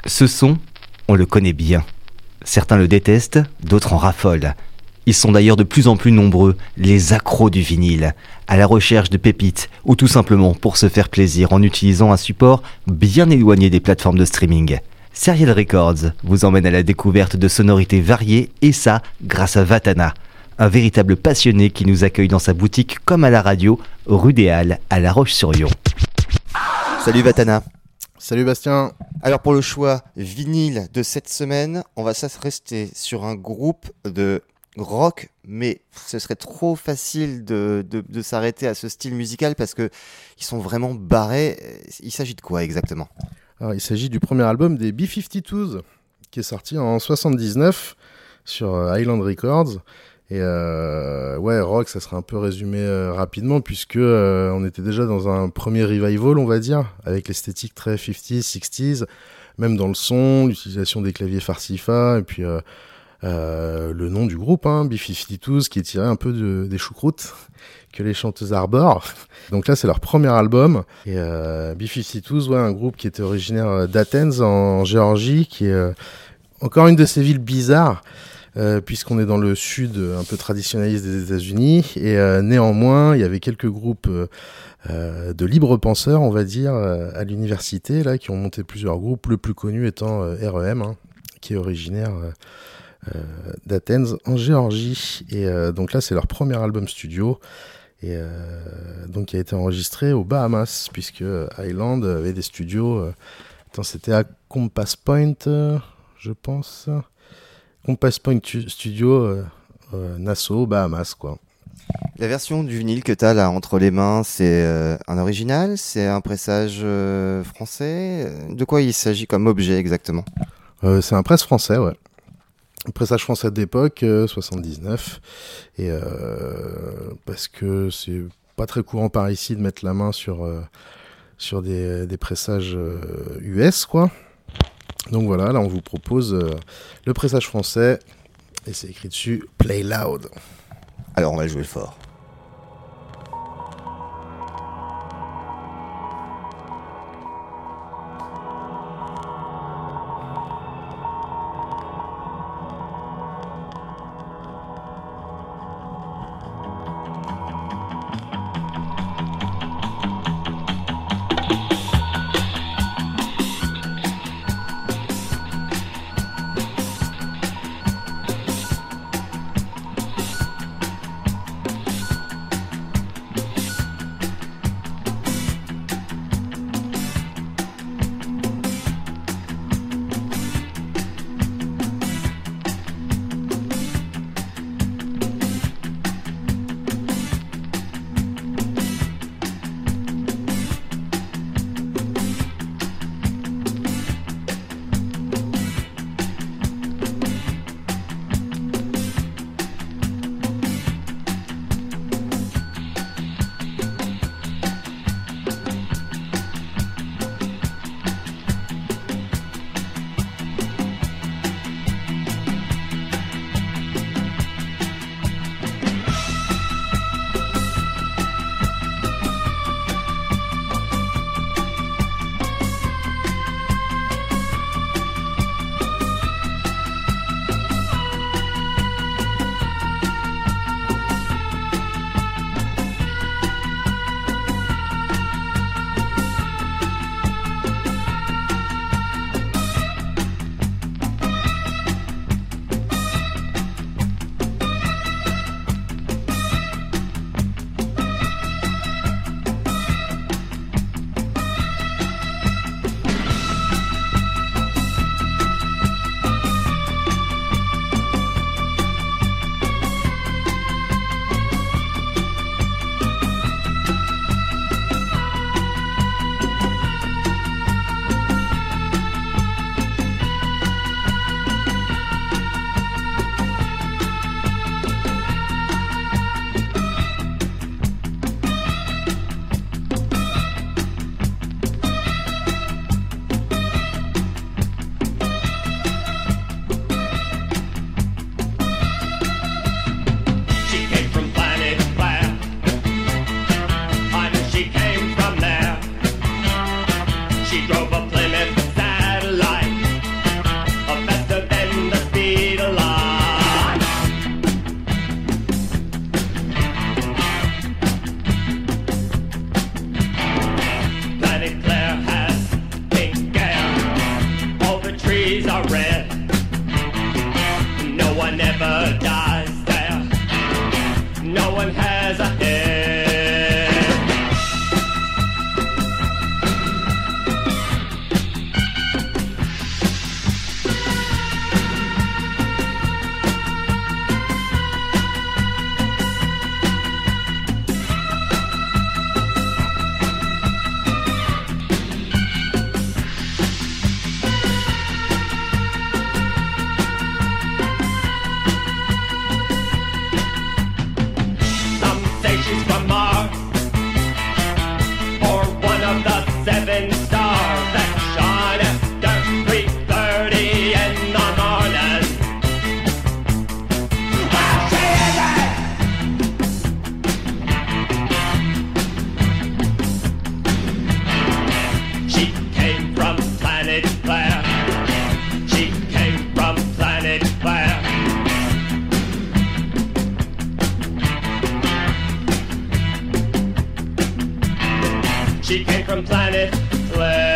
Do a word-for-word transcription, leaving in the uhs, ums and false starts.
Ce son, on le connaît bien. Certains le détestent, d'autres en raffolent. Ils sont d'ailleurs de plus en plus nombreux, les accros du vinyle, à la recherche de pépites ou tout simplement pour se faire plaisir en utilisant un support bien éloigné des plateformes de streaming. Serial Records vous emmène à la découverte de sonorités variées et ça grâce à Vatana, un véritable passionné qui nous accueille dans sa boutique comme à la radio, rue des Halles à La Roche-sur-Yon. Salut Vatana. Salut Bastien. Alors pour le choix vinyle de cette semaine, on va rester sur un groupe de rock, mais ce serait trop facile de, de, de s'arrêter à ce style musical parce qu'ils sont vraiment barrés. Il s'agit de quoi exactement ? Alors, il s'agit du premier album des B cinquante-deux qui est sorti en soixante-dix-neuf sur Island Records. Et euh, ouais, rock, ça serait un peu résumé euh, rapidement puisque euh, on était déjà dans un premier revival, on va dire, avec l'esthétique très cinquante, soixante, même dans le son, l'utilisation des claviers Farsifa et puis euh, euh, le nom du groupe, hein, B cinquante-deux, qui est tiré un peu de, des choucroutes que les chanteuses arborent. Donc là, c'est leur premier album. Et euh, B cinquante-deux, ouais, un groupe qui était originaire d'Athènes en Géorgie, qui est euh, encore une de ces villes bizarres. Euh, puisqu'on est dans le sud un peu traditionnaliste des États-Unis et euh, néanmoins il y avait quelques groupes euh, de libres penseurs, on va dire, euh, à l'université là qui ont monté plusieurs groupes, le plus connu étant euh, R E M, hein, qui est originaire euh, euh, d'Athènes en Géorgie. Et euh, donc là c'est leur premier album studio et euh, donc qui a été enregistré aux Bahamas puisque Island avait des studios. Euh, attends, c'était à Compass Point, euh, je pense. Compass Point Studio, euh, euh, Nassau, Bahamas, quoi. La version du vinyle que tu as là entre les mains, c'est euh, un original, c'est un pressage euh, français. De quoi il s'agit comme objet exactement ? euh, C'est un presse français, ouais. Un pressage français d'époque, euh, soixante-dix-neuf. Et euh, parce que c'est pas très courant par ici de mettre la main sur, euh, sur des, des pressages euh, U S, quoi. Donc voilà, là on vous propose euh, le pressage français et c'est écrit dessus Play Loud. Alors on va le jouer fort. seven stars that shine after three thirty in the morning. Well, she is it. She came from planet Claire. She came from planet Claire. She came from planet Claire.